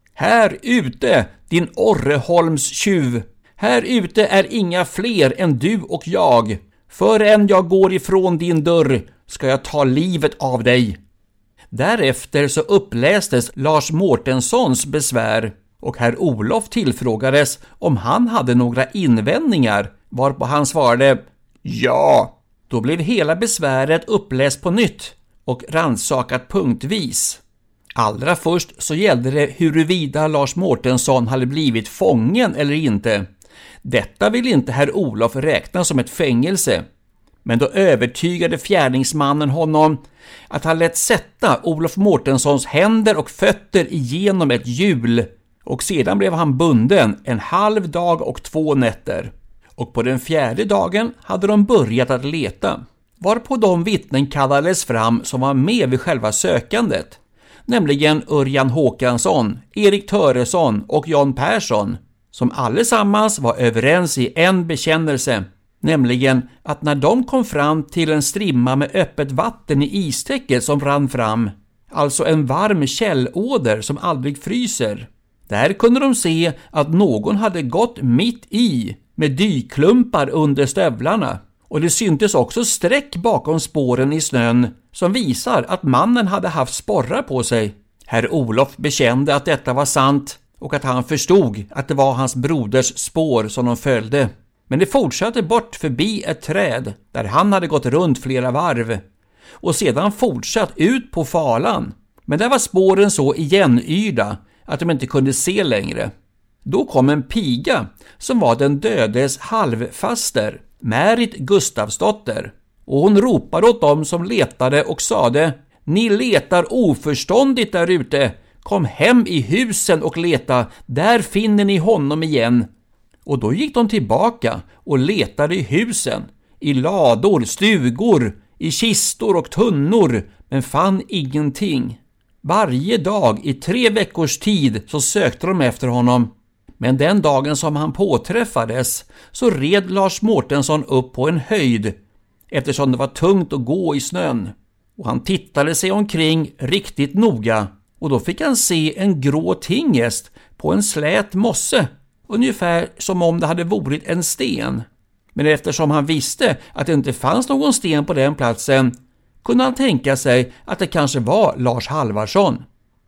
här ute, din Orreholms tjuv! Här ute är inga fler än du och jag. Förrän jag går ifrån din dörr ska jag ta livet av dig. Därefter så upplästes Lars Mårtenssons besvär och herr Olof tillfrågades om han hade några invändningar, varpå han svarade ja. Då blev hela besväret uppläst på nytt och rannsakat punktvis. Allra först så gällde det huruvida Lars Mårtensson hade blivit fången eller inte. Detta vill inte herr Olof räkna som ett fängelse. Men då övertygade fjärdingsmannen honom att han lät sätta Olof Mårtenssons händer och fötter igenom ett hjul och sedan blev han bunden en halv dag och 2 nätter. Och på den 4:e dagen hade de börjat att leta, varpå de vittnen kallades fram som var med vid själva sökandet, nämligen Örjan Håkansson, Erik Töresson och Jan Persson, som allesammans var överens i en bekännelse, nämligen att när de kom fram till en strimma med öppet vatten i istäcket som rann fram, alltså en varm källåder som aldrig fryser, där kunde de se att någon hade gått mitt i med dyklumpar under stövlarna, och det syntes också streck bakom spåren i snön som visar att mannen hade haft sporrar på sig. Herr Olof bekände att detta var sant och att han förstod att det var hans broders spår som de följde. Men det fortsatte bort förbi ett träd där han hade gått runt flera varv och sedan fortsatt ut på falan. Men där var spåren så igenyrda att de inte kunde se längre. Då kom en piga som var den dödes halvfaster, Märit Gustavsdotter, och hon ropade åt dem som letade och sade: Ni letar oförståndigt där ute. Kom hem i husen och leta, där finner ni honom igen. Och då gick de tillbaka och letade i husen, i lador, stugor, i kistor och tunnor, men fann ingenting. Varje dag i 3 veckors tid så sökte de efter honom. Men den dagen som han påträffades så red Lars Mårtensson upp på en höjd, eftersom det var tungt att gå i snön. Och han tittade sig omkring riktigt noga, och då fick han se en grå tingest på en slät mosse, ungefär som om det hade varit en sten. Men eftersom han visste att det inte fanns någon sten på den platsen, kunde han tänka sig att det kanske var Lars Halvarsson.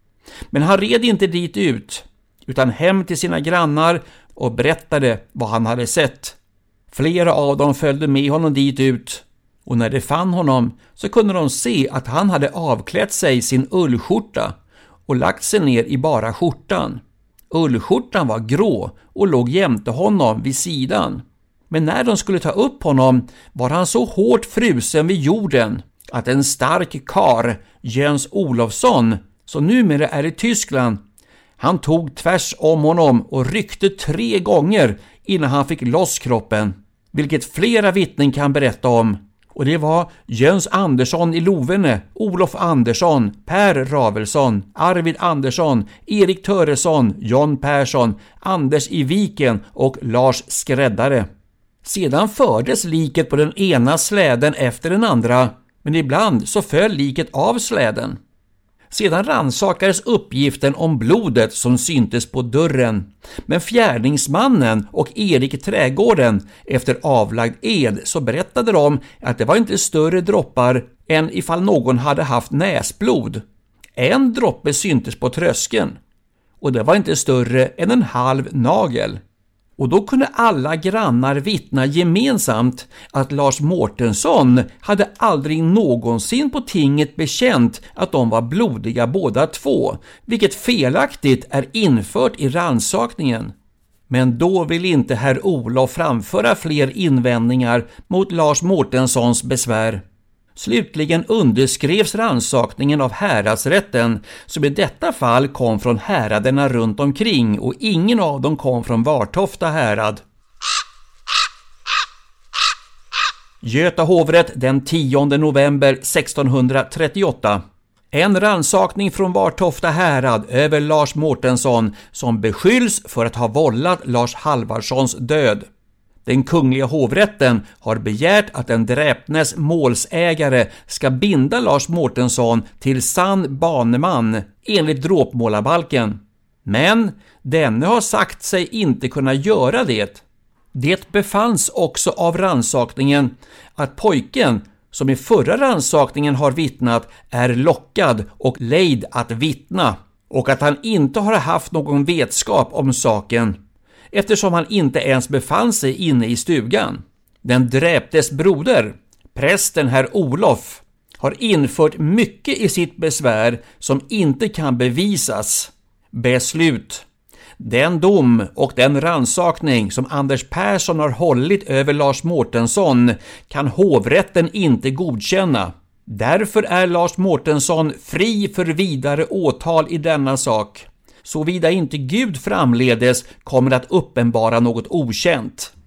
Men han red inte dit ut, utan hem till sina grannar och berättade vad han hade sett. Flera av dem följde med honom dit ut, och när de fann honom så kunde de se att han hade avklätt sig sin ullskjorta och lagt sig ner i bara skjortan. Ullskjortan var grå och låg jämte honom vid sidan. Men när de skulle ta upp honom var han så hårt frusen vid jorden att en stark karl, Jöns Olofsson, som numera är i Tyskland, han tog tvärs om honom och ryckte 3 gånger innan han fick loss kroppen, vilket flera vittnen kan berätta om. Och det var Jöns Andersson i Lovene, Olof Andersson, Per Ravelsson, Arvid Andersson, Erik Töresson, John Persson, Anders i Viken och Lars Skräddare. Sedan fördes liket på den ena släden efter den andra, men ibland så föll liket av släden. Sedan rannsakades uppgiften om blodet som syntes på dörren, men fjärdingsmannen och Erik i trädgården, efter avlagd ed, så berättade de att det var inte större droppar än ifall någon hade haft näsblod. En droppe syntes på tröskeln, och det var inte större än en halv nagel. Och då kunde alla grannar vittna gemensamt att Lars Mårtensson hade aldrig någonsin på tinget bekänt att de var blodiga båda två, vilket felaktigt är infört i rannsakningen. Men då vill inte herr Olof framföra fler invändningar mot Lars Mårtenssons besvär. Slutligen underskrevs rannsakningen av häradsrätten, som i detta fall kom från häraderna runt omkring, och ingen av dem kom från Vartofta härad. Göta hovrätt den 10 november 1638. En rannsakning från Vartofta härad över Lars Mårtensson, som beskylls för att ha vållat Lars Halvarssons död. Den kungliga hovrätten har begärt att den dräpnes målsägare ska binda Lars Mårtensson till sann baneman enligt dråpmålarbalken. Men denne har sagt sig inte kunna göra det. Det befanns också av rannsakningen att pojken, som i förra rannsakningen har vittnat, är lockad och lejd att vittna, och att han inte har haft någon vetskap om saken, eftersom han inte ens befann sig inne i stugan. Den dräptes broder, prästen herr Olof, har infört mycket i sitt besvär som inte kan bevisas. Beslut. Den dom och den rannsakning som Anders Persson har hållit över Lars Mårtensson kan hovrätten inte godkänna. Därför är Lars Mårtensson fri för vidare åtal i denna sak, såvida inte Gud framledes kommer att uppenbara något okänt.